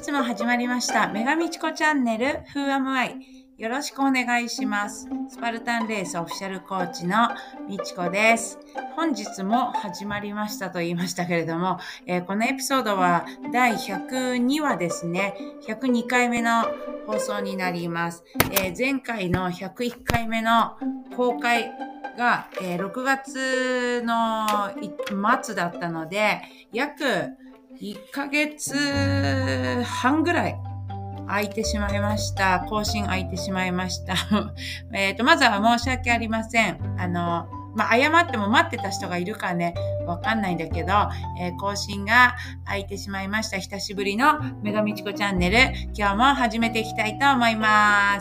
日も始まりました女神チコチャンネル Who am I？ よろしくお願いします。スパルタンレースオフィシャルコーチのみちこです。本日も始まりましたと言いましたけれども、このエピソードは第102話ですね。102回目の放送になります。前回の101回目の公開が、6月の末だったので、約1ヶ月半ぐらい空いてしまいました。更新空いてしまいました。まずは申し訳ありません。謝っても待ってた人がいるかね、わかんないんだけど、更新が空いてしまいました。久しぶりの女神チコチャンネル、今日も始めていきたいと思います。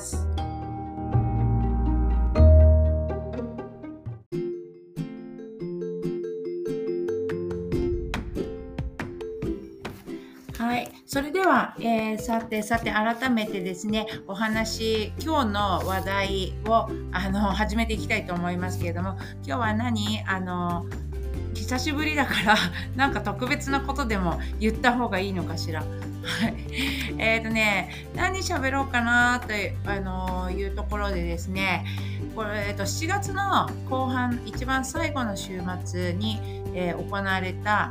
はい。それでは、さて改めてですね、今日の話題を始めていきたいと思いますけれども、今日は久しぶりだからなんか特別なことでも言った方がいいのかしら。はい。何喋ろうかなというところでですね、7月の後半、一番最後の週末に、行われた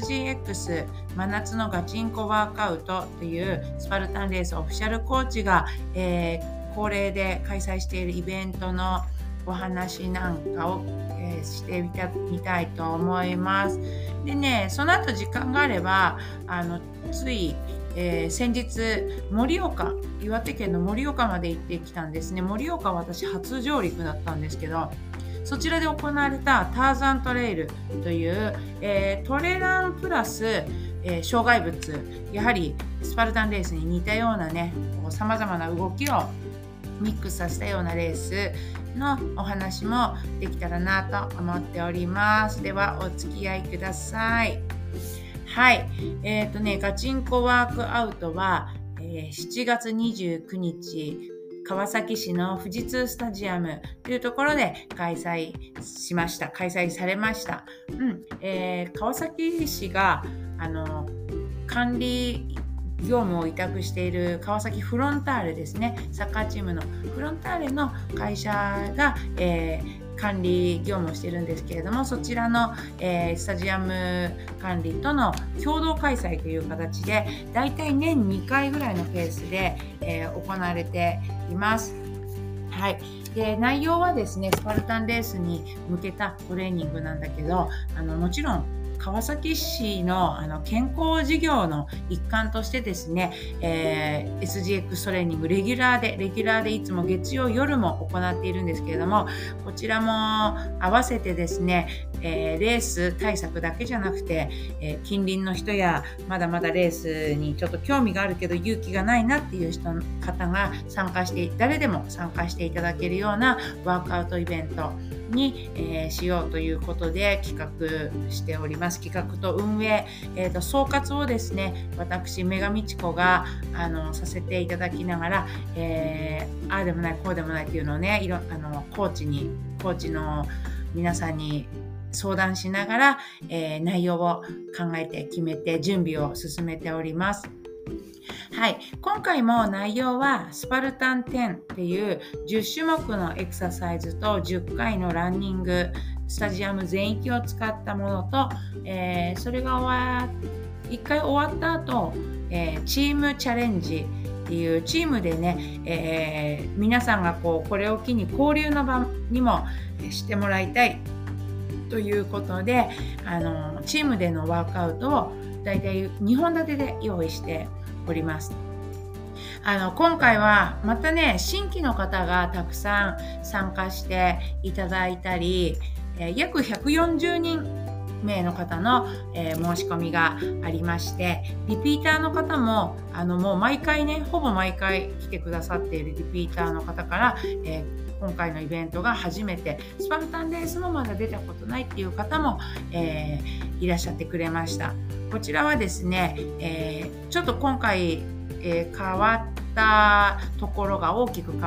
SGX 真夏のガチンコワークアウトというスパルタンレースオフィシャルコーチが、恒例で開催しているイベントのお話なんかを、してみたいと思います。でね、その後時間があればつい先日岩手県の盛岡まで行ってきたんですね。盛岡は私初上陸だったんですけど、そちらで行われたターザントレイルという、トレランプラス、障害物、やはりスパルタンレースに似たようなね、様々な動きをミックスさせたようなレースのお話もできたらなと思っております。ではお付き合いください。はい。ガチンコワークアウトは、7月29日、川崎市の富士通スタジアムというところで開催されました。川崎市が管理業務を委託している川崎フロンターレですね。サッカーチームのフロンターレの会社が、管理業務をしているんですけれども、そちらの、スタジアム管理との共同開催という形で、だいたい年2回ぐらいのペースで、行われています。はい。で、内容はですね、スパルタンレースに向けたトレーニングなんだけど、もちろん川崎市の健康事業の一環としてですね、SGX トレーニングレギュラーでいつも月曜夜も行っているんですけれども、こちらも合わせてですね、レース対策だけじゃなくて、近隣の人やまだまだレースにちょっと興味があるけど勇気がないなっていう方が誰でも参加していただけるようなワークアウトイベントに、しようということで企画しております。企画と運営、総括をですね、私女神チコがさせていただきながら、ああでもないこうでもないっていうのをね、コーチの皆さんに相談しながら、内容を考えて決めて準備を進めております。はい。今回も内容はスパルタン10っていう10種目のエクササイズと10回のランニング、スタジアム全域を使ったものと、それが1回終わった後、チームチャレンジっていうチームでね、皆さんがこれを機に交流の場にもしてもらいたいということで、チームでのワークアウトをだいたい2本立てで用意しております。今回はまたね、新規の方がたくさん参加していただいたり、約140人名の方の、申し込みがありまして、リピーターの方ももう毎回ね、ほぼ毎回来てくださっているリピーターの方から、今回のイベントが初めて、スパルタンレースもまだ出たことないっていう方も、いらっしゃってくれました。こちらはですね、ちょっと今回、大きく変わったところが、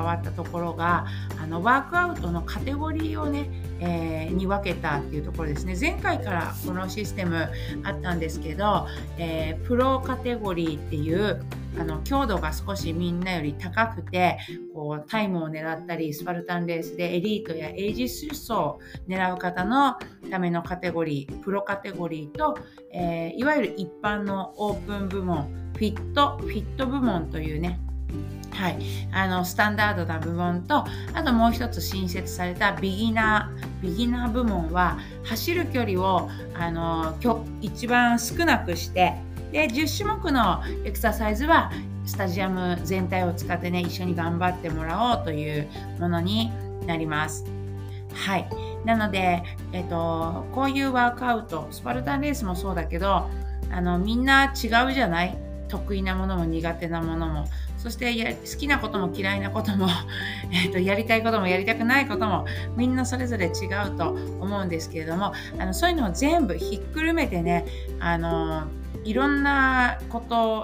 ワークアウトのカテゴリーをね、に分けたっていうところですね。前回からこのシステムあったんですけど、プロカテゴリーっていう強度が少しみんなより高くて、こうタイムを狙ったり、スパルタンレースでエリートやエイジ出走を狙う方のためのカテゴリー、プロカテゴリーと、いわゆる一般のオープン部門、フィット部門というね、はい、スタンダードな部門と、あともう一つ新設されたビギナー部門は、走る距離を一番少なくして、で10種目のエクササイズはスタジアム全体を使ってね、一緒に頑張ってもらおうというものになります。はい。なので、こういうワークアウト、スパルタンレースもそうだけど、みんな違うじゃない？得意なものも苦手なものも、そして好きなことも嫌いなこともやりたいこともやりたくないことも、みんなそれぞれ違うと思うんですけれども、そういうのを全部ひっくるめてね、いろんなこと、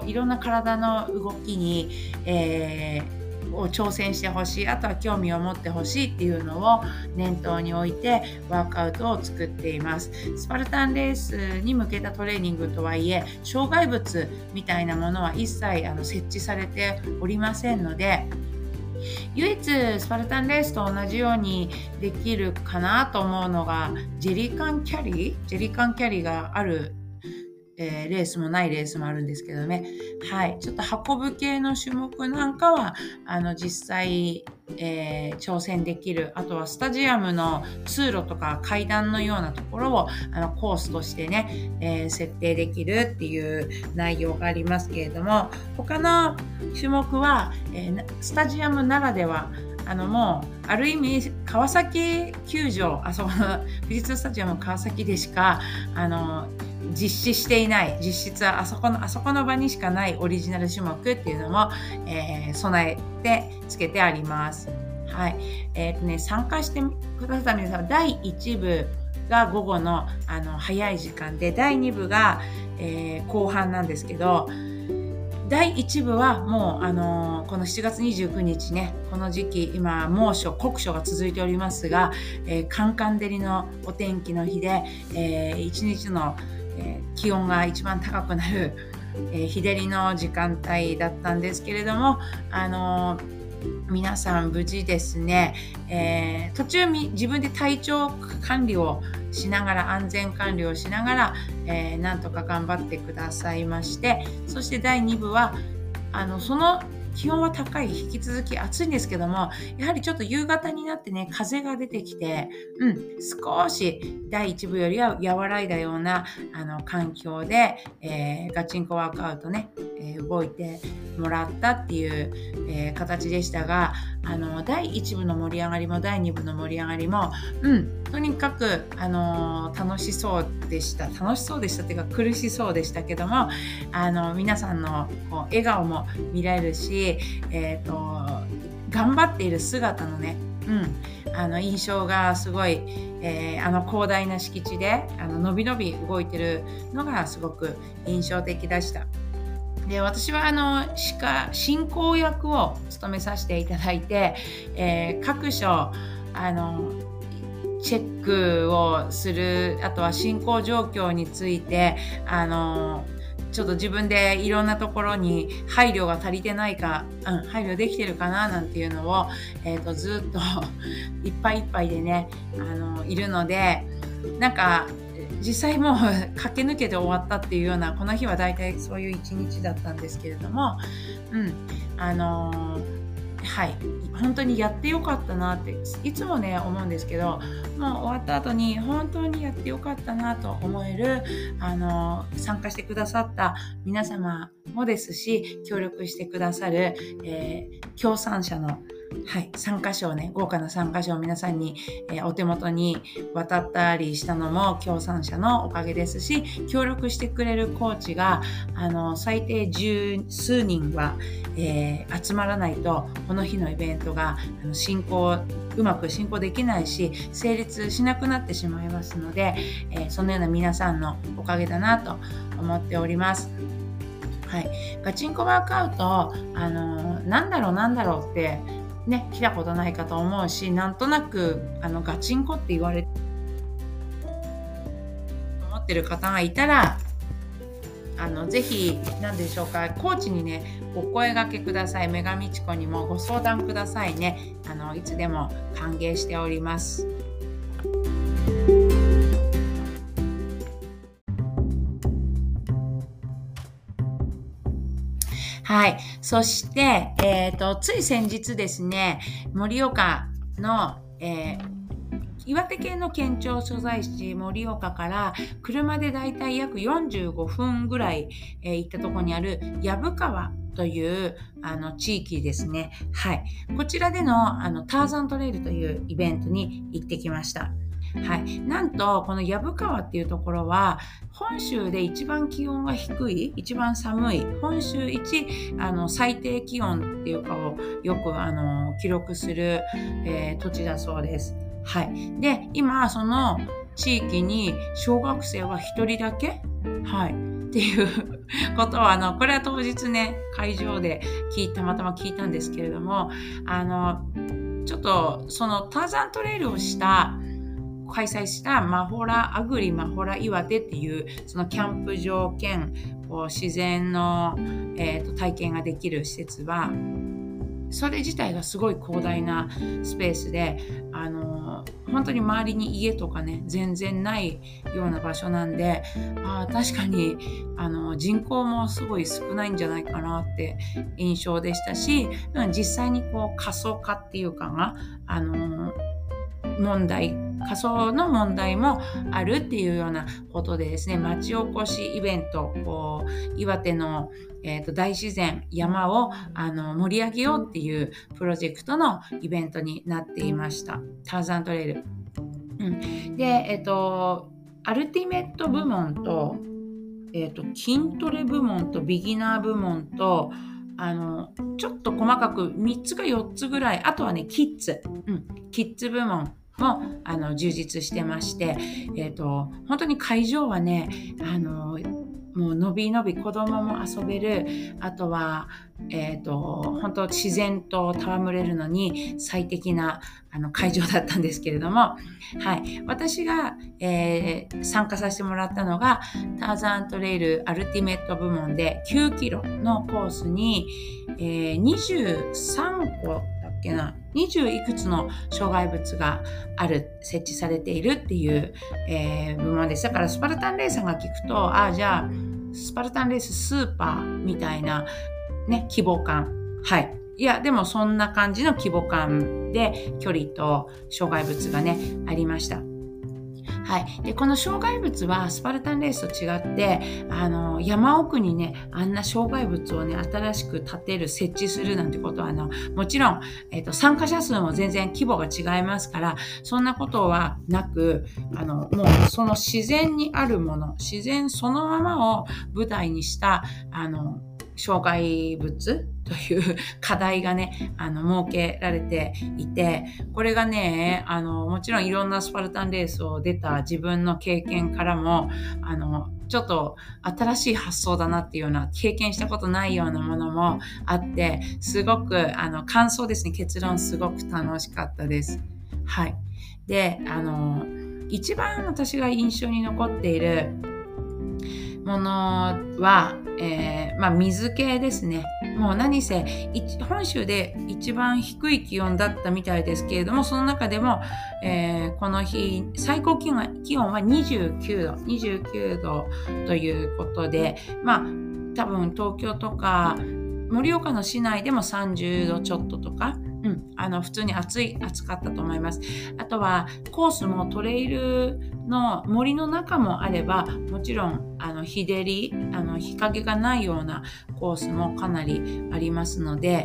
いろんな体の動きに、を挑戦してほしい、あとは興味を持ってほしいっていうのを念頭に置いてワークアウトを作っています。スパルタンレースに向けたトレーニングとはいえ、障害物みたいなものは一切設置されておりませんので、唯一スパルタンレースと同じようにできるかなと思うのがジェリーカンキャリーがあるレースもないレースもあるんですけどね。はい。ちょっと運ぶ系の種目なんかは、実際、挑戦できる。あとはスタジアムの通路とか階段のようなところを、コースとしてね、設定できるっていう内容がありますけれども、他の種目は、スタジアムならでは、もう、ある意味、川崎球場、そこの、富士通スタジアム川崎でしか、実施していない、実質はあそこの場にしかないオリジナル種目っていうのも、備えてつけてあります。はい。参加してくださった皆さん、第1部が午後の、早い時間で、第2部が、後半なんですけど、第1部はもう、この7月29日ね、この時期、今、酷暑が続いておりますが、カンカン照りのお天気の日で、1日の気温が一番高くなる、日照りの時間帯だったんですけれども、皆さん無事ですね、途中自分で体調管理をしながら、安全管理をしながら、なんとか頑張ってくださいまして、そして第2部はその気温は高い、引き続き暑いんですけども、やはりちょっと夕方になってね、風が出てきて、少し第1部よりは和らいだような環境で、ガチンコワークアウトね、動いてもらったっていう、形でしたが、第1部の盛り上がりも第2部の盛り上がりも、とにかく、楽しそうでしたっていうか苦しそうでしたけども、皆さんのこう笑顔も見られるし、頑張っている姿のね、印象がすごい、広大な敷地でのびのび動いてるのがすごく印象的でした。で、私は進行役を務めさせていただいて、各所チェックをする、あとは進行状況についてちょっと自分でいろんなところに配慮が足りてないか、配慮できてるかななんていうのを、ずっといっぱいいっぱいでね、いるので、なんか実際もう駆け抜けて終わったっていうような、この日はだいたいそういう一日だったんですけれども、はい、本当にやってよかったなっていつもね思うんですけど、もう終わった後に本当にやってよかったなと思える参加してくださった皆様もですし、協力してくださる、協賛者の参加賞ね、豪華な参加賞を皆さんに、お手元に渡ったりしたのも協賛者のおかげですし、協力してくれるコーチが最低十数人は、集まらないとこの日のイベントがうまく進行できないし、成立しなくなってしまいますので、そのような皆さんのおかげだなと思っております。はい、ガチンコワークアウトなんだろうってね、来たことないかと思うし、なんとなくガチンコって言われて思ってる方がいたら、 ぜひ何でしょうか、コーチにねお声掛けください。メガミチコにもご相談くださいね。いつでも歓迎しております。はい。そして、つい先日ですね、盛岡の、岩手県の県庁所在地盛岡から車でだいたい約45分ぐらい、行ったところにある薮川という地域ですね。はい。こちらでのターザントレイルというイベントに行ってきました。はい、なんとこの薮川っていうところは本州で一番気温が低い、一番寒い、本州一最低気温っていうかをよく記録する、土地だそうです。はい、で今その地域に小学生は1人だけ、はい、っていうことをこれは当日ね会場でたまたま聞いたんですけれども、ちょっとそのターザントレイルを開催したアグリマホラ岩手っていうそのキャンプ場兼自然の、体験ができる施設はそれ自体がすごい広大なスペースで本当に周りに家とかね全然ないような場所なんで、確かに人口もすごい少ないんじゃないかなって印象でしたし、実際に過疎化っていうかが過疎の問題もあるっていうようなことでですね、町おこしイベント、岩手の、大自然山を盛り上げようっていうプロジェクトのイベントになっていました。ターザントレイル、で、アルティメット部門と、筋トレ部門とビギナー部門とちょっと細かく3つか4つぐらい、あとはねキッズ部門も充実してまして、本当に会場はねもうのびのび子供も遊べる、あとは本当自然と戯れるのに最適な会場だったんですけれども、はい、私が、参加させてもらったのがターザントレイルアルティメット部門で9キロのコースに、23個20いくつの障害物が設置されているっていう、部門です。だからスパルタンレーサーが聞くと、じゃあスパルタンレーススーパーみたいなね規模感、はい、いやでもそんな感じの規模感で距離と障害物がねありました。はい、でこの障害物はスパルタンレースと違って山奥にねあんな障害物をね新しく設置するなんてことはもちろん、参加者数も全然規模が違いますからそんなことはなくもうその自然にあるもの、自然そのままを舞台にした障害物という課題がね設けられていて、これがねもちろんいろんなスパルタンレースを出た自分の経験からもちょっと新しい発想だなっていうような、経験したことないようなものもあってすごく感想ですね、結論すごく楽しかったです。はい。で一番私が印象に残っているものは、水系ですね。もう何せ本州で一番低い気温だったみたいですけれども、その中でも、この日最高気温は29度ということで、多分東京とか盛岡の市内でも30度ちょっととか、普通に暑かったと思います。あとはコースもトレイルの森の中もあれば、もちろん日陰がないようなコースもかなりありますので、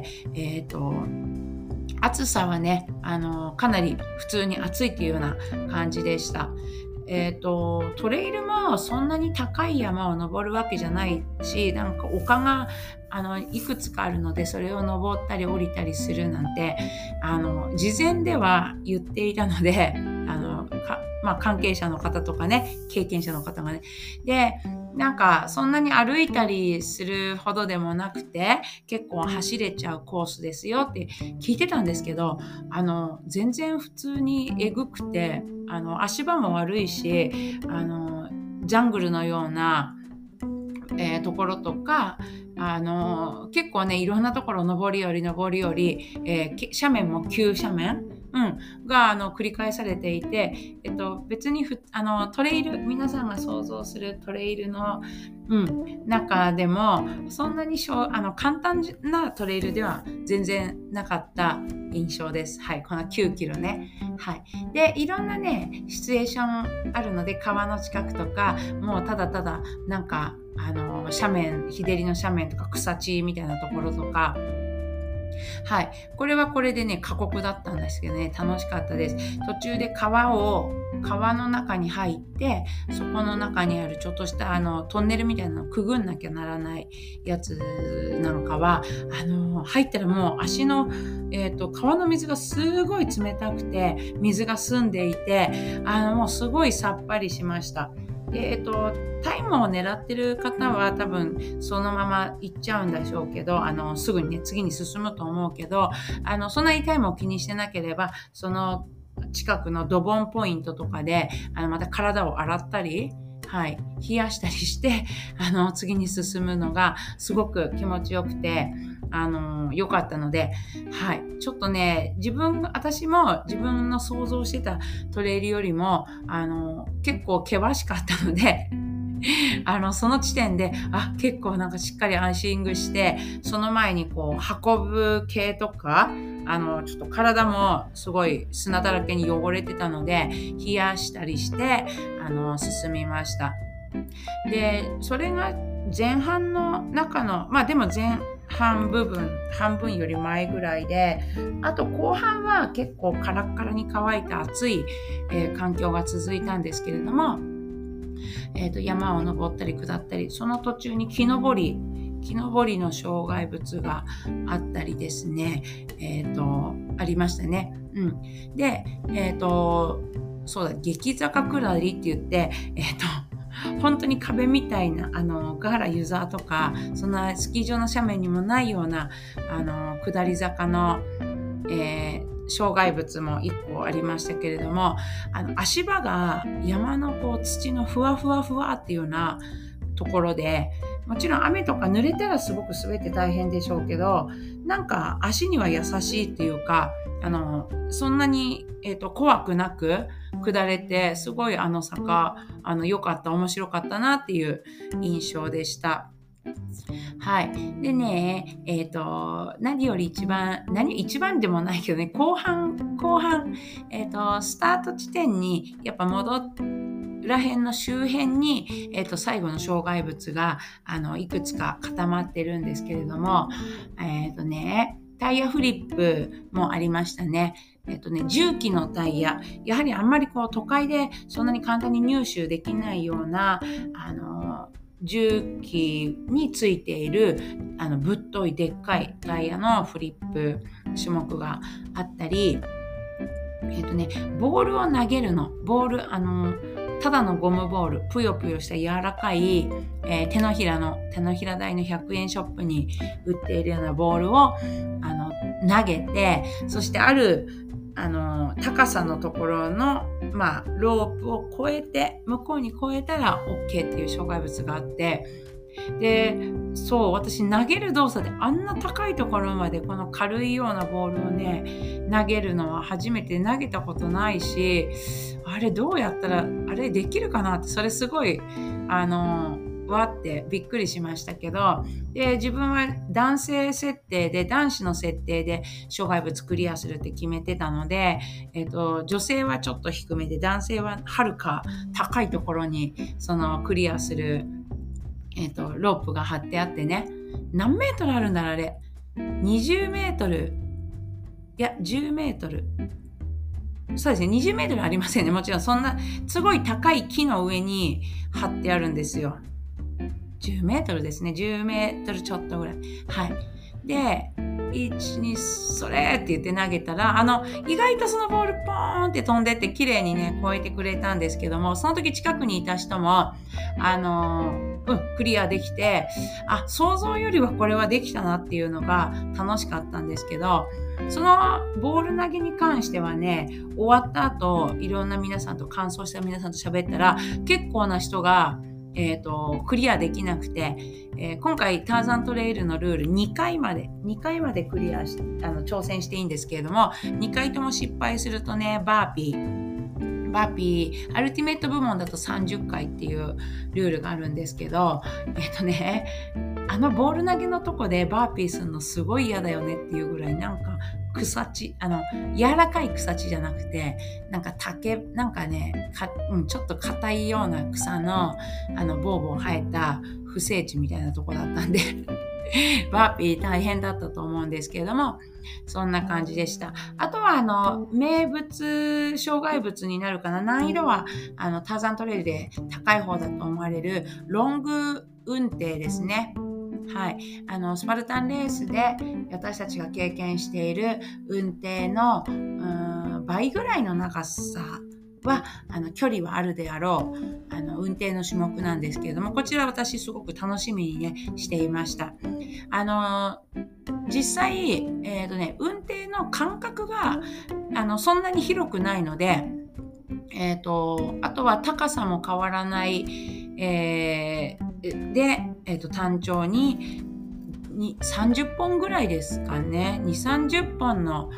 暑さはねかなり普通に暑いっていうような感じでした。トレイルもそんなに高い山を登るわけじゃないし、なんか丘がいくつかあるのでそれを登ったり降りたりするなんて事前では言っていたので関係者の方とかね経験者の方がね、でなんかそんなに歩いたりするほどでもなくて結構走れちゃうコースですよって聞いてたんですけど、全然普通にえぐくて足場も悪いしジャングルのようなところとか、結構ね、いろんなところ上り下り上り下り、斜面も急斜面、が繰り返されていて、別にトレイル、皆さんが想像するトレイルの、中でもそんなに簡単なトレイルでは全然なかった印象です。はい、この9キロね。はい。で、いろんなね、シチュエーションあるので、川の近くとか、もうただただなんか斜面、日照りの斜面とか草地みたいなところとか、はい。これはこれでね、過酷だったんですけどね、楽しかったです。途中で川の中に入って、そこの中にあるちょっとしたトンネルみたいなのをくぐんなきゃならないやつなんかは、入ったらもう足の、川の水がすごい冷たくて、水が澄んでいて、もうすごいさっぱりしました。で、タイムを狙ってる方は多分そのまま行っちゃうんでしょうけど、すぐにね、次に進むと思うけど、そんなにタイムを気にしてなければ、その近くのドボンポイントとかで、また体を洗ったり、はい、冷やしたりして、次に進むのがすごく気持ちよくて、良かったので、はい、ちょっとね、私も自分の想像してたトレイルよりも、結構険しかったので、その地点で、結構なんかしっかりアイシングして、その前にこう、運ぶ系とか、ちょっと体もすごい砂だらけに汚れてたので、冷やしたりして、進みました。で、それが前半の中の、でも半分より前ぐらいで、あと後半は結構カラッカラに乾いた暑い、環境が続いたんですけれども、山を登ったり下ったり、その途中に木登りの障害物があったりですね、ありましたね。で、そうだ、激坂下りって言って、本当に壁みたいな、ガーラユザーとか、そんなスキー場の斜面にもないような、下り坂の、障害物も1個ありましたけれども、足場が山のこう土のふわふわふわっていうようなところで、もちろん雨とか濡れたらすごく滑って大変でしょうけど、なんか足には優しいっていうか、そんなに、怖くなく下れて、すごい坂、良かった、面白かったなっていう印象でした。はい。でね、一番でもないけどね、後半、スタート地点に、やっぱら辺の周辺に、最後の障害物が、いくつか固まってるんですけれども、タイヤフリップもありましたね。重機のタイヤ。やはりあんまりこう都会でそんなに簡単に入手できないような、重機についているぶっといでっかいタイヤのフリップ種目があったり、ボールを投げるの。ただのゴムボール、ぷよぷよした柔らかい、手のひら台の100円ショップに売っているようなボールを投げて、そしてある高さのところの、ロープを向こうに越えたら OK っていう障害物があって、で、そう、私投げる動作であんな高いところまでこの軽いようなボールをね、投げるのは初めて投げたことないし、あれどうやったら、あれできるかなって、それすごい、わってびっくりしましたけど、で、自分は男子の設定で障害物クリアするって決めてたので、女性はちょっと低めで、男性ははるか高いところにそのクリアするロープが張ってあってね、何メートルあるんだろうあれ。20メートル。いや、10メートル。そうですね、20メートルありませんね。もちろん、そんな、すごい高い木の上に張ってあるんですよ。10メートルですね。10メートルちょっとぐらい。はい。で、1、2、それって言って投げたら、意外とそのボールポーンって飛んでって綺麗にね、越えてくれたんですけども、その時近くにいた人も、クリアできて、想像よりはこれはできたなっていうのが楽しかったんですけど、そのボール投げに関してはね、終わった後、いろんな感想した皆さんと喋ったら、結構な人が、 クリアできなくて、今回ターザントレイルのルール2回までクリアし挑戦していいんですけれども、2回とも失敗するとね、バーピーアルティメット部門だと30回っていうルールがあるんですけど、ボール投げのとこでバーピーするのすごい嫌だよねっていうぐらい、なんか草地、柔らかい草地じゃなくて、なんか竹、なんかね、ちょっと硬いような草の、ボーボー生えた不整地みたいなとこだったんで、バーピー大変だったと思うんですけれども、そんな感じでした。あとは、名物、障害物になるかな。難易度は、ターザントレイルで高い方だと思われる、ロング運転ですね。はい。スパルタンレースで私たちが経験している運転の倍ぐらいの長さは距離はあるであろう運転の種目なんですけれども、こちら私すごく楽しみにねしていました。実際、運転の間隔がそんなに広くないので、あとは高さも変わらない、単調に30本ぐらいですかね。2、30本の、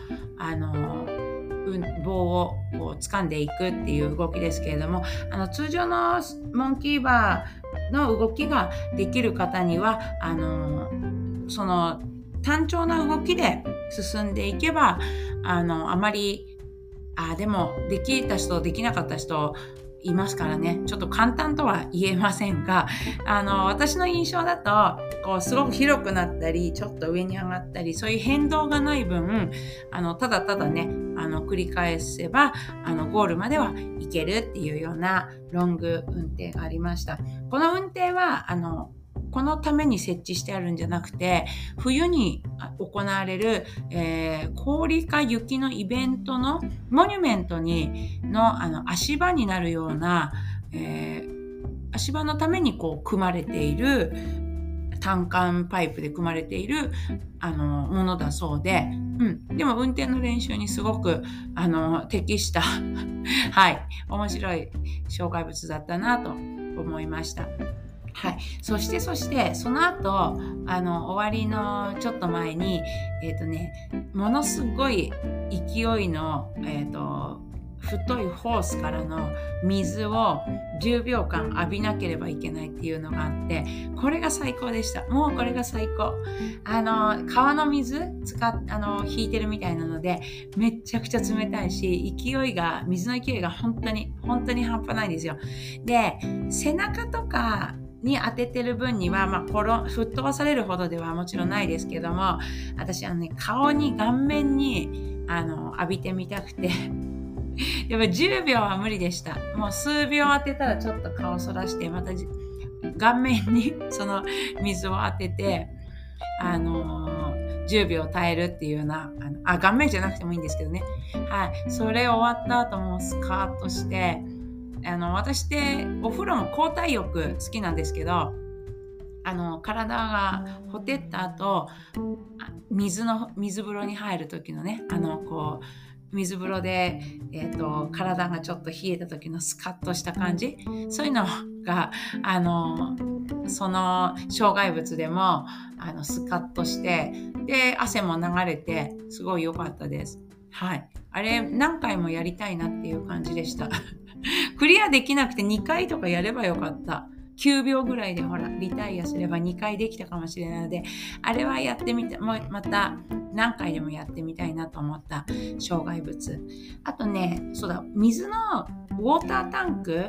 棒をこう掴んでいくっていう動きですけれども、通常のモンキーバーの動きができる方には、その単調な動きで進んでいけば、あまり、でもできた人できなかった人いますからね、ちょっと簡単とは言えませんが、私の印象だとこうすごく広くなったりちょっと上に上がったり、そういう変動がない分、ただただね繰り返せばゴールまでは行けるっていうようなロング運転がありました。この運転はこのために設置してあるんじゃなくて、冬に行われる、氷か雪のイベントのモニュメントの足場になるような、足場のためにこう組まれている単管パイプで組まれているものだそうで、でも運転の練習にすごく適したはい、面白い障害物だったなと思いました。はい、そしてその後終わりのちょっと前にものすごい勢いの太いホースからの水を10秒間浴びなければいけないっていうのがあって、これが最高でした。もうこれが最高。川の水引いてるみたいなのでめちゃくちゃ冷たいし、水の勢いが本当に半端ないんですよ。で、背中とかに当ててる分には、吹っ飛ばされるほどではもちろんないですけども、私顔面に浴びてみたくてやっぱり10秒は無理でした。もう数秒当てたらちょっと顔そらしてまた顔面にその水を当てて10秒耐えるっていうような顔面じゃなくてもいいんですけどね。はい、それ終わった後もスカーッとして私ってお風呂も交代浴好きなんですけど、体がほてった後水風呂に入る時のねこう水風呂で、体がちょっと冷えた時のスカッとした感じ、そういうのがその障害物でもスカッとしてで汗も流れてすごい良かったです。はい、あれ何回もやりたいなっていう感じでしたクリアできなくて2回とかやればよかった。9秒ぐらいでリタイアすれば2回できたかもしれないので、あれはやってみた、また何回でもやってみたいなと思った障害物。あとね、水のウォータータンク、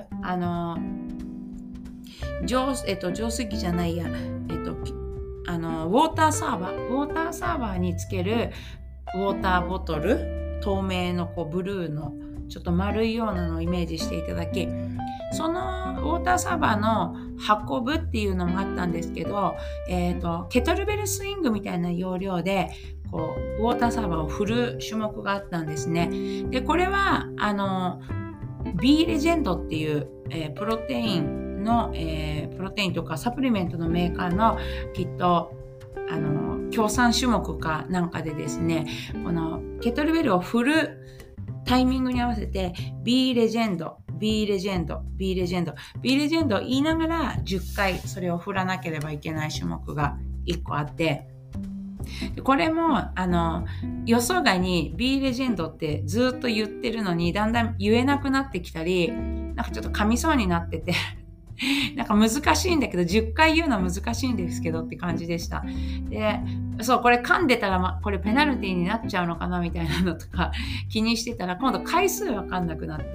浄水器じゃないや、ウォーターサーバーにつけるウォーターボトル、透明のブルーのちょっと丸いようなのをイメージしていただき、そのウォーターサーバーの運ぶっていうのもあったんですけど、ケトルベルスイングみたいな要領でウォーターサーバーを振る種目があったんですね。で、これはB レジェンドっていう、プロテインとかサプリメントのメーカーのきっと協賛種目かなんかでですね、このケトルベルを振るタイミングに合わせて B レジェンド B レジェンドを言いながら10回それを振らなければいけない種目が1個あって、これも予想外に B レジェンドってずっと言ってるのにだんだん言えなくなってきたり、なんかちょっと噛みそうになっててなんか難しいんだけど、10回言うのは難しいんですけどって感じでした。で、そう、これ噛んでたら、これペナルティーになっちゃうのかなみたいなのとか気にしてたら、今度回数わかんなくなって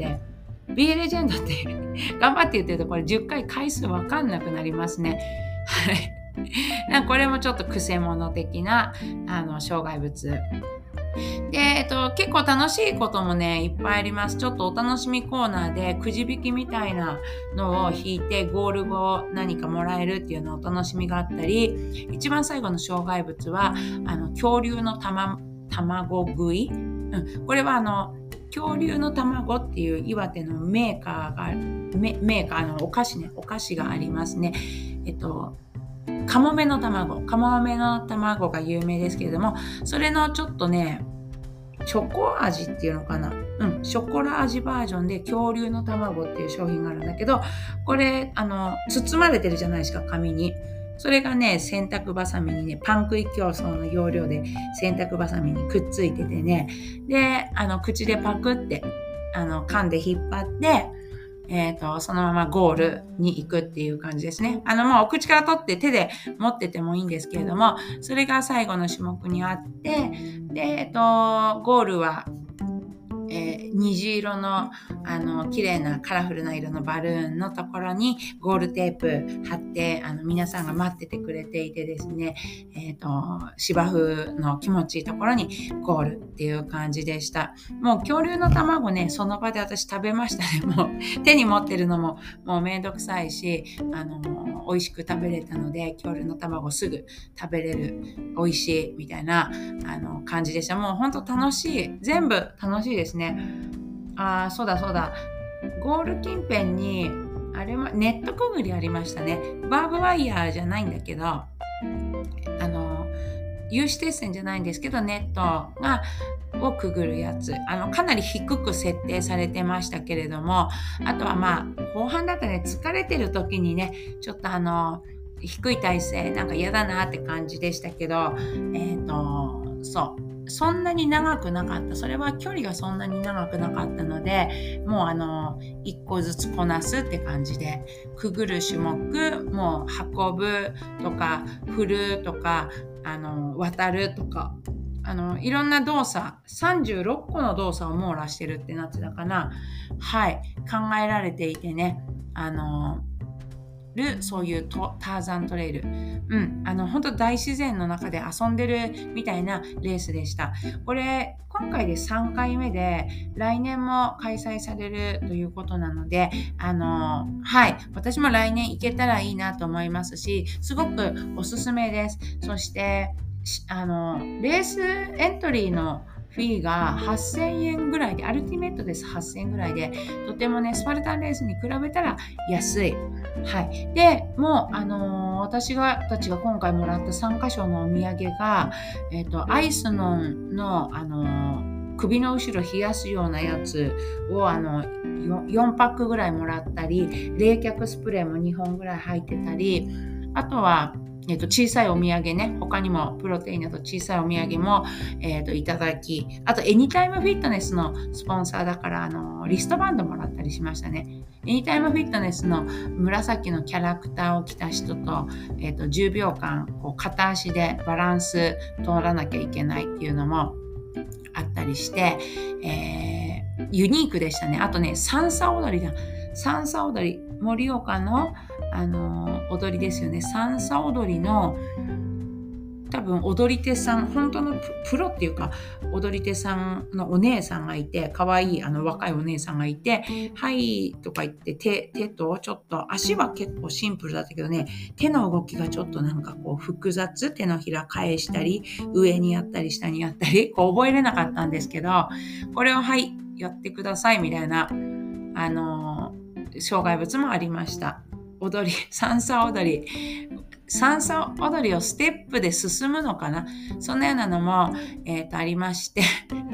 、B レジェンドって頑張って言ってるとこれ10回回数わかんなくなりますね。はい。なんかこれもちょっとくせ者的な障害物で、結構楽しいこともねいっぱいあります。ちょっとお楽しみコーナーでくじ引きみたいなのを引いてゴール後何かもらえるっていうのをお楽しみがあったり、一番最後の障害物は恐竜の卵食い、これは恐竜の卵っていう岩手のメーカーのお菓子がありますね。カモメの卵が有名ですけれども、それのちょっとね、チョコ味っていうのかな、ショコラ味バージョンで恐竜の卵っていう商品があるんだけど、これ包まれてるじゃないですか、紙に。それがね、洗濯バサミにね、パン食い競争の要領で洗濯バサミにくっついててね、で口でパクって噛んで引っ張ってそのままゴールに行くっていう感じですね。もうお口から取って手で持っててもいいんですけれども、それが最後の種目にあって、で、ゴールは、虹色の綺麗なカラフルな色のバルーンのところにゴールテープ貼って皆さんが待っててくれていてですね、芝生の気持ちいいところにゴールっていう感じでした。もう恐竜の卵ね、その場で私食べましたね。もう手に持ってるのももうめんどくさいし、美味しく食べれたので、恐竜の卵すぐ食べれる、美味しいみたいな感じでした。もう本当楽しい、全部楽しいですね。そうだ、ゴール近辺にあれもネットくぐりありましたね。バーブワイヤーじゃないんだけど、有刺鉄線じゃないんですけど、ネットをくぐるやつ、かなり低く設定されてましたけれども、あとは後半だとね、疲れてる時にね、ちょっと低い体勢なんか嫌だなって感じでしたけど、そんなに長くなかった。それは距離がそんなに長くなかったので、もう一個ずつこなすって感じで、くぐる種目、もう運ぶとか振るとか渡るとか、いろんな動作、36個の動作を網羅してるってなってたかな。はい、考えられていてね、そういうターザントレイル、本当大自然の中で遊んでるみたいなレースでした。これ今回で3回目で、来年も開催されるということなので、はい、私も来年行けたらいいなと思いますし、すごくおすすめです。そしてレースエントリーのフィーが8000円ぐらいで、アルティメットです8000円ぐらいで、とてもね、スパルタンレースに比べたら安い。はい。で、もう、私たちが今回もらった参加賞のお土産が、アイスノンの、首の後ろ冷やすようなやつを4パックぐらいもらったり、冷却スプレーも2本ぐらい入ってたり、あとは小さいお土産ね、他にもプロテインなど小さいお土産も、いただき、あとエニタイムフィットネスのスポンサーだからリストバンドもらったりしましたね。エニタイムフィットネスの紫のキャラクターを着た人と、10秒間片足でバランス通らなきゃいけないっていうのもあったりして、ユニークでしたね。あとね、サンサ踊り、盛岡の踊りですよね。サンサ踊りの多分踊り手さん、本当のプロっていうか踊り手さんのお姉さんがいて、可愛い若いお姉さんがいて、はいとか言って手とちょっと足は結構シンプルだったけどね、手の動きがちょっとなんか複雑、手のひら返したり上にやったり下にやったり覚えれなかったんですけど、これをはいやってくださいみたいな障害物もありました。サンサ踊りをステップで進むのかな、そんなようなのも、ありまして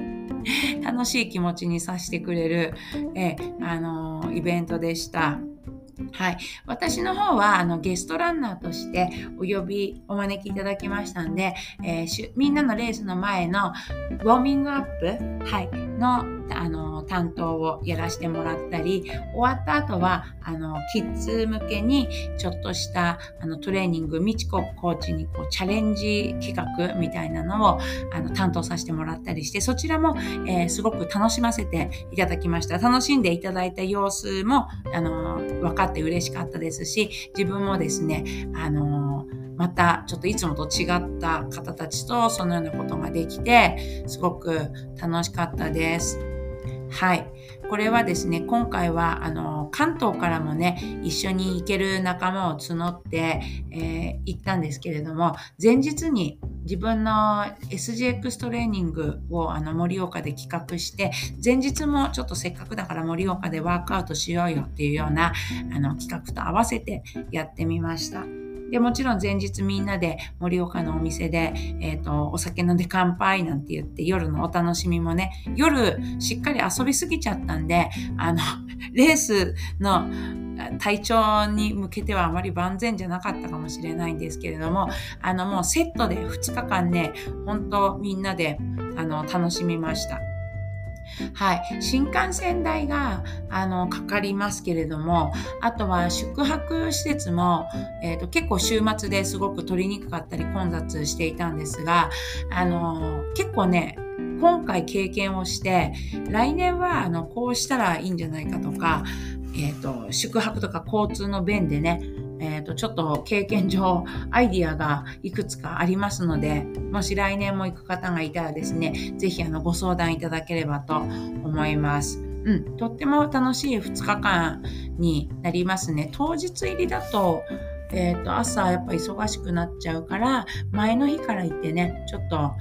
楽しい気持ちにさせてくれる、イベントでした。はい。私の方は、ゲストランナーとしてお招きいただきましたんで、みんなのレースの前のウォーミングアップ、はい、の、担当をやらせてもらったり、終わった後は、キッズ向けにちょっとした、トレーニング、みちこコーチにチャレンジ企画みたいなのを、担当させてもらったりして、そちらも、すごく楽しませていただきました。楽しんでいただいた様子も、分かって嬉しかったですし、自分もですね、またちょっといつもと違った方たちとそのようなことができて、すごく楽しかったです。はい。これはですね、今回は、関東からもね、一緒に行ける仲間を募って、行ったんですけれども、前日に自分の SGX トレーニングを盛岡で企画して、前日もちょっとせっかくだから盛岡でワークアウトしようよっていうような企画と合わせてやってみました。で、もちろん前日みんなで盛岡のお店で、お酒飲んで乾杯なんて言って夜のお楽しみもね、夜しっかり遊びすぎちゃったんで、レースの体調に向けてはあまり万全じゃなかったかもしれないんですけれども、もうセットで2日間ね、本当みんなで、楽しみました。はい。新幹線代が、かかりますけれども、あとは宿泊施設も、結構週末ですごく取りにくかったり混雑していたんですが、結構ね、今回経験をして、来年は、こうしたらいいんじゃないかとか、宿泊とか交通の便でね、ちょっと経験上アイディアがいくつかありますので、もし来年も行く方がいたらですね、ぜひご相談いただければと思います。とっても楽しい2日間になりますね。当日入りだと、朝やっぱ忙しくなっちゃうから、前の日から行ってね、ちょっと、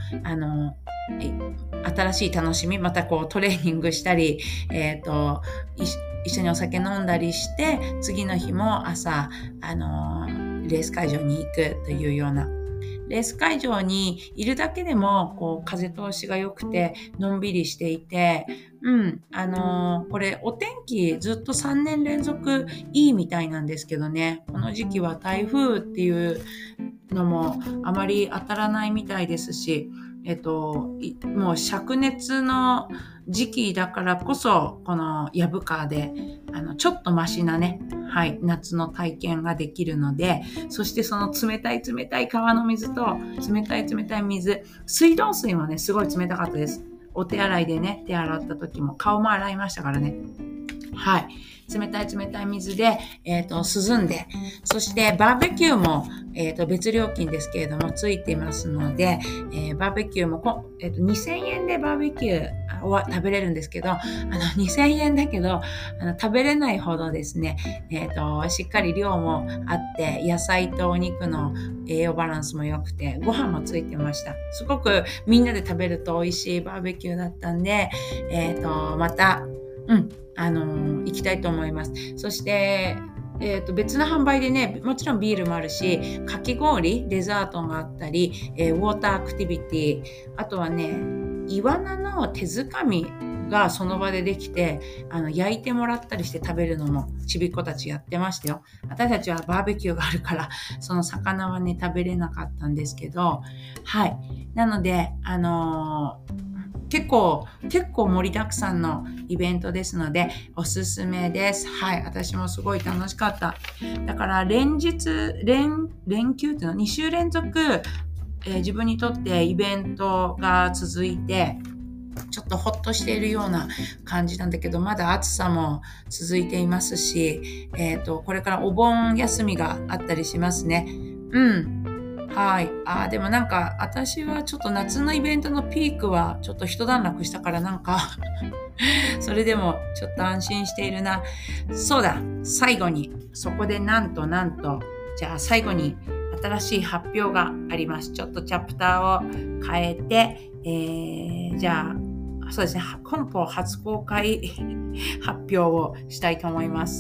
新しい楽しみ、またトレーニングしたり、一緒にお酒飲んだりして、次の日も朝、レース会場に行くというような。レース会場にいるだけでも、風通しが良くて、のんびりしていて、これ、お天気ずっと3年連続いいみたいなんですけどね、この時期は台風っていうのもあまり当たらないみたいですし、もう灼熱の時期だからこそ、この藪川で、ちょっとマシなね、はい、夏の体験ができるので、そしてその冷たい川の水と、冷たい水、水道水もね、すごい冷たかったです。お手洗いでね、手洗った時も、顔も洗いましたからね。はい。冷たい水で、涼んで、そしてバーベキューも、別料金ですけれども、ついていますので、バーベキューも2000円でバーベキューは食べれるんですけど、2000円だけど、食べれないほどですね、しっかり量もあって、野菜とお肉の栄養バランスも良くて、ご飯もついてました。すごくみんなで食べると美味しいバーベキューだったんで、また、行きたいと思います。そして、別の販売でね、もちろんビールもあるし、かき氷、デザートがあったり、ウォーターアクティビティ、あとはね、イワナの手づかみがその場でできて、焼いてもらったりして食べるのもちびっ子たちやってましたよ。私たちはバーベキューがあるから、その魚はね、食べれなかったんですけど、はい。なので、結構盛りだくさんのイベントですので、おすすめです。はい。私もすごい楽しかった。だから連休っていうの2週連続、自分にとってイベントが続いて、ちょっとほっとしているような感じなんだけど、まだ暑さも続いていますし、これからお盆休みがあったりしますね。はい。でもなんか、私はちょっと夏のイベントのピークはちょっと一段落したからなんか、それでもちょっと安心しているな。そうだ、最後に、そこでなんと、じゃあ最後に新しい発表があります。ちょっとチャプターを変えて、じゃあ、そうですね、本邦初公開発表をしたいと思います。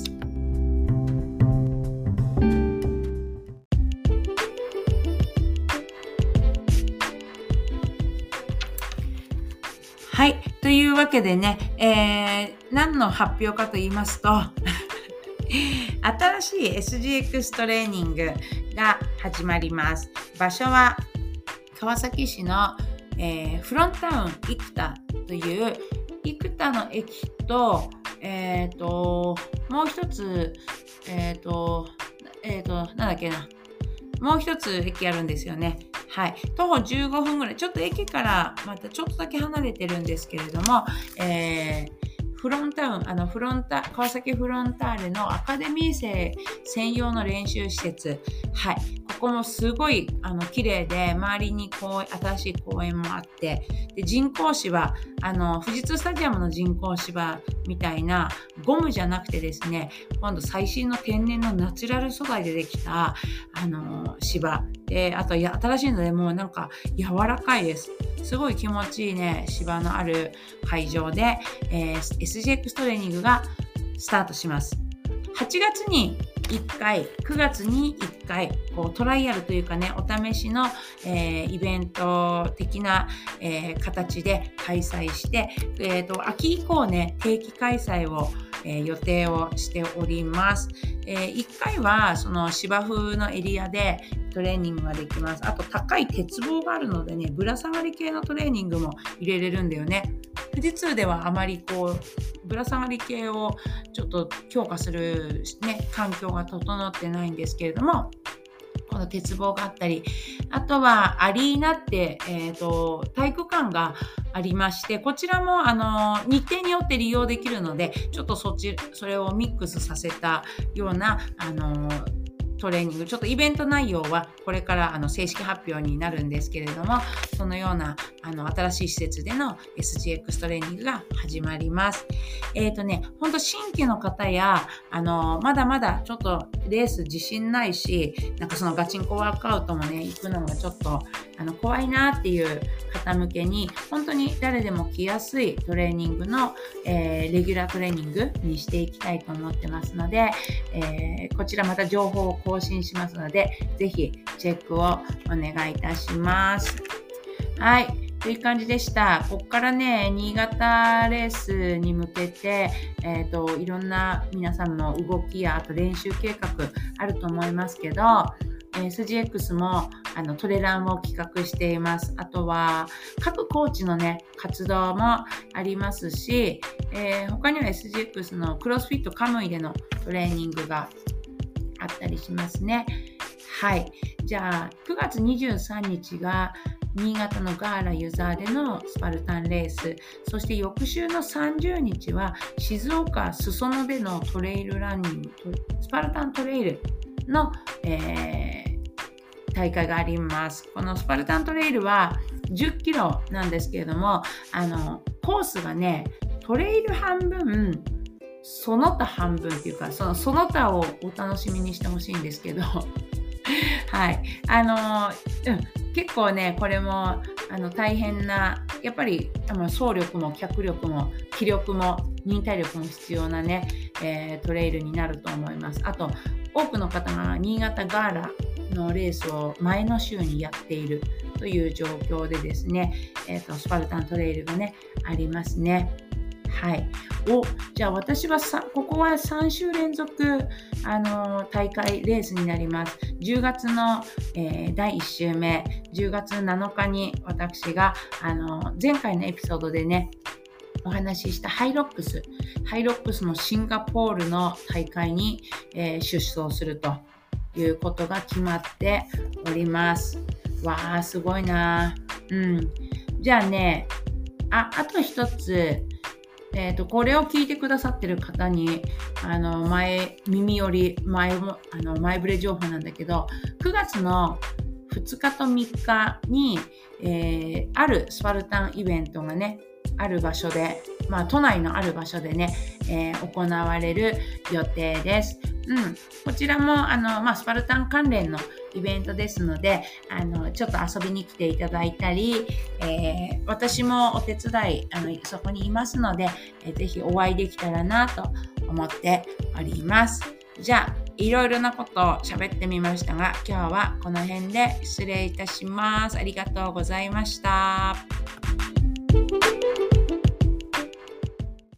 はい。とというわけでね、何の発表かと言いますと、新しい SGX トレーニングが始まります。場所は川崎市の、フロンタウン生田という生田の駅と、もう一つ、なんだっけな。もう一つ駅あるんですよね。はい。徒歩15分ぐらい。ちょっと駅からまたちょっとだけ離れてるんですけれども、フロンタウン、川崎フロンターレのアカデミー生専用の練習施設。はい。ここもすごい、綺麗で、周りに新しい公園もあって、で、人工芝、富士通スタジアムの人工芝みたいな、ゴムじゃなくてですね、今度最新の天然のナチュラル素材でできた、芝。で、あと、新しいのでもうなんか柔らかいです。すごい気持ちいいね、芝のある会場で、SGX トレーニングがスタートします。8月に1回、9月に1回、トライアルというかね、お試しの、イベント的な、形で開催して、秋以降ね、定期開催を、予定をしております。1回はその芝生のエリアでトレーニングができます。あと高い鉄棒があるのでね、ぶら下がり系のトレーニングも入れれるんだよね。富士通ではあまりぶら下がり系をちょっと強化するね、環境が整ってないんですけれども、この鉄棒があったり、あとはアリーナって、体育館がありまして、こちらも日程によって利用できるので、ちょっとそれをミックスさせたようなトレーニング、ちょっとイベント内容はこれから正式発表になるんですけれども、そのような新しい施設での SGX トレーニングが始まります。本当新規の方やまだまだちょっとレース自信ないし、なんかそのガチンコワークアウトもね行くのがちょっと怖いなっていう方向けに、本当に誰でも来やすいトレーニングの、レギュラートレーニングにしていきたいと思ってますので、こちらまた情報を更新しますので、ぜひチェックをお願いいたします。はい。という感じでした。ここからね、新潟レースに向けて、いろんな皆さんの動きや、あと練習計画あると思いますけど、SGX もトレランを企画しています。あとは各コーチのね活動もありますし、他には SGX のクロスフィットカムイでのトレーニングがあったりしますね。はい。じゃあ9月23日が新潟のガーラユザーでのスパルタンレース、そして翌週の30日は静岡裾野でのトレイルランニング、スパルタントレイルの、大会があります。このスパルタントレイルは10キロなんですけれども、コースがね、トレイル半分、その他半分っていうか、その他をお楽しみにしてほしいんですけど、はい。結構ね、これも大変な、やっぱり走力も脚力も気力も忍耐力も必要なね、トレイルになると思います。あと、多くの方が新潟ガーラのレースを前の週にやっているという状況でですね、スパルタントレイルがね、ありますね。はい。じゃあ私はここは3週連続、大会レースになります。10月の、第1週目、10月7日に私が、前回のエピソードでね、お話ししたハイロックスのシンガポールの大会に、出走するということが決まっております。わー、すごいな。じゃあね、あと一つ、これを聞いてくださってる方に、耳より前触れ情報なんだけど、9月の2日と3日に、あるスパルタンイベントがね、ある場所で、都内のある場所でね、行われる予定です。こちらもスパルタン関連のイベントですので、ちょっと遊びに来ていただいたり、私もお手伝いそこにいますので、ぜひお会いできたらなと思っております。じゃあいろいろなことを喋ってみましたが、今日はこの辺で失礼いたします。ありがとうございました。